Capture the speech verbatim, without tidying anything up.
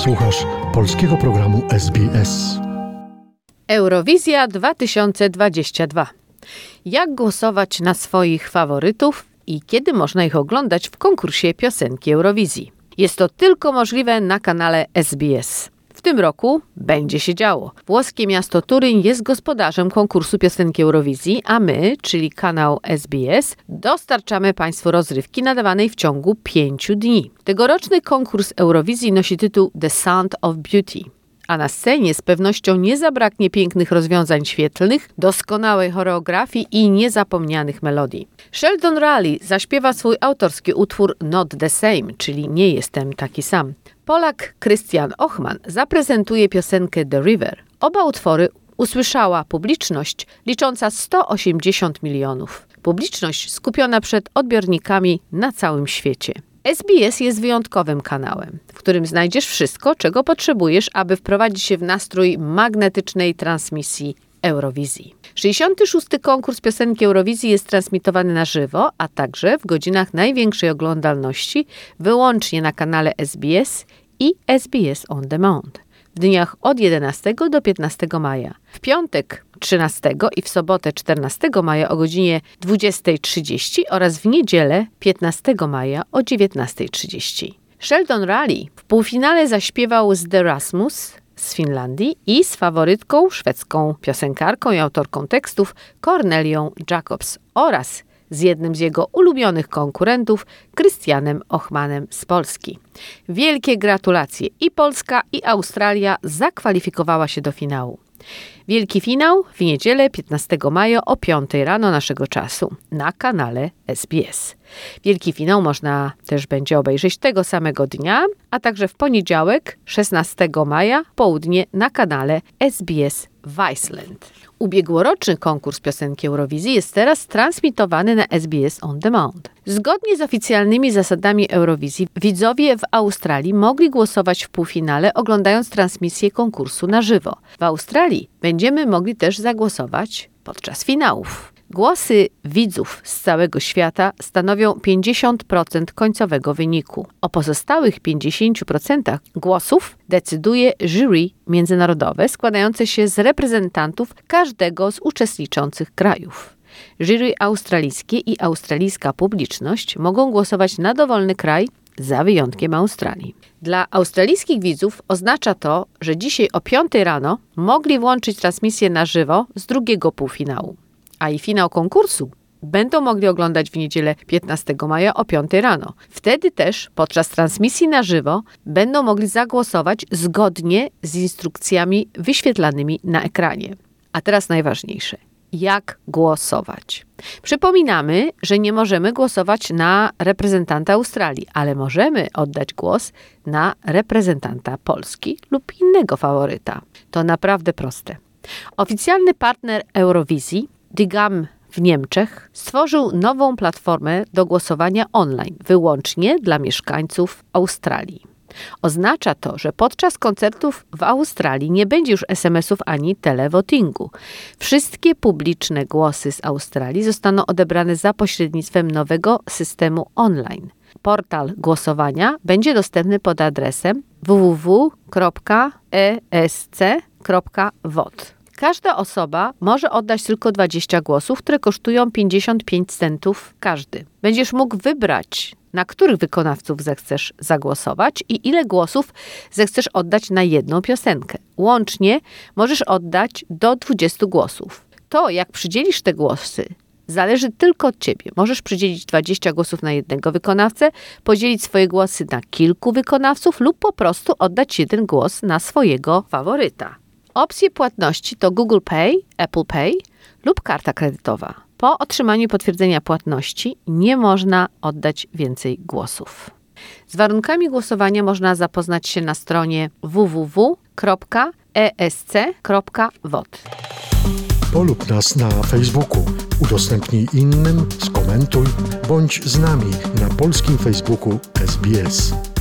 Słuchasz polskiego programu S B S. Eurowizja dwa tysiące dwadzieścia dwa. Jak głosować na swoich faworytów i kiedy można ich oglądać w konkursie piosenki Eurowizji? Jest to tylko możliwe na kanale S B S. W tym roku będzie się działo. Włoskie miasto Turyń jest gospodarzem konkursu piosenki Eurowizji, a my, czyli kanał S B S, dostarczamy Państwu rozrywki nadawanej w ciągu pięciu dni. Tegoroczny konkurs Eurowizji nosi tytuł The Sound of Beauty. A na scenie z pewnością nie zabraknie pięknych rozwiązań świetlnych, doskonałej choreografii i niezapomnianych melodii. Sheldon Raleigh zaśpiewa swój autorski utwór Not the Same, czyli Nie jestem taki sam. Polak Krystian Ochman zaprezentuje piosenkę The River. Oba utwory usłyszała publiczność licząca sto osiemdziesiąt milionów. Publiczność skupiona przed odbiornikami na całym świecie. S B S jest wyjątkowym kanałem, w którym znajdziesz wszystko, czego potrzebujesz, aby wprowadzić się w nastrój magnetycznej transmisji Eurowizji. sześćdziesiąty szósty konkurs piosenki Eurowizji jest transmitowany na żywo, a także w godzinach największej oglądalności wyłącznie na kanale S B S i S B S On Demand w dniach od jedenastego do piętnastego maja. W piątek trzynastego i w sobotę czternastego maja o godzinie dwudziestej trzydzieści oraz w niedzielę piętnastego maja o dziewiętnastej trzydzieści. Sheldon Raleigh w półfinale zaśpiewał z The Rasmus z Finlandii i z faworytką szwedzką piosenkarką i autorką tekstów Cornelią Jacobs oraz z jednym z jego ulubionych konkurentów, Krystianem Ochmanem z Polski. Wielkie gratulacje! I Polska, i Australia zakwalifikowała się do finału. Wielki finał w niedzielę piętnastego maja o piątej rano naszego czasu na kanale S B S. Wielki finał można też będzie obejrzeć tego samego dnia, a także w poniedziałek szesnastego maja w południe na kanale S B S Viceland. Ubiegłoroczny konkurs piosenki Eurowizji jest teraz transmitowany na S B S On Demand. Zgodnie z oficjalnymi zasadami Eurowizji widzowie w Australii mogli głosować w półfinale, oglądając transmisję konkursu na żywo. W Australii będziemy mogli też zagłosować podczas finałów. Głosy widzów z całego świata stanowią pięćdziesiąt procent końcowego wyniku. O pozostałych pięćdziesięciu procentach głosów decyduje jury międzynarodowe składające się z reprezentantów każdego z uczestniczących krajów. Jury australijskie i australijska publiczność mogą głosować na dowolny kraj, za wyjątkiem Australii. Dla australijskich widzów oznacza to, że dzisiaj o piątej rano mogli włączyć transmisję na żywo z drugiego półfinału. A i finał konkursu będą mogli oglądać w niedzielę piętnastego maja o piątej rano. Wtedy też podczas transmisji na żywo będą mogli zagłosować zgodnie z instrukcjami wyświetlanymi na ekranie. A teraz najważniejsze. Jak głosować? Przypominamy, że nie możemy głosować na reprezentanta Australii, ale możemy oddać głos na reprezentanta Polski lub innego faworyta. To naprawdę proste. Oficjalny partner Eurowizji, Digam w Niemczech, stworzył nową platformę do głosowania online, wyłącznie dla mieszkańców Australii. Oznacza to, że podczas koncertów w Australii nie będzie już es em esów ani televotingu. Wszystkie publiczne głosy z Australii zostaną odebrane za pośrednictwem nowego systemu online. Portal głosowania będzie dostępny pod adresem w w w kropka e s c kropka v o t. Każda osoba może oddać tylko dwadzieścia głosów, które kosztują pięćdziesiąt pięć centów każdy. Będziesz mógł wybrać, na których wykonawców zechcesz zagłosować i ile głosów zechcesz oddać na jedną piosenkę. Łącznie możesz oddać do dwudziestu głosów. To, jak przydzielisz te głosy, zależy tylko od ciebie. Możesz przydzielić dwadzieścia głosów na jednego wykonawcę, podzielić swoje głosy na kilku wykonawców lub po prostu oddać jeden głos na swojego faworyta. Opcje płatności to Google Pay, Apple Pay lub karta kredytowa. Po otrzymaniu potwierdzenia płatności nie można oddać więcej głosów. Z warunkami głosowania można zapoznać się na stronie w w w kropka e s c kropka v o t. Polub nas na Facebooku, udostępnij innym, skomentuj, bądź z nami na polskim Facebooku S B S.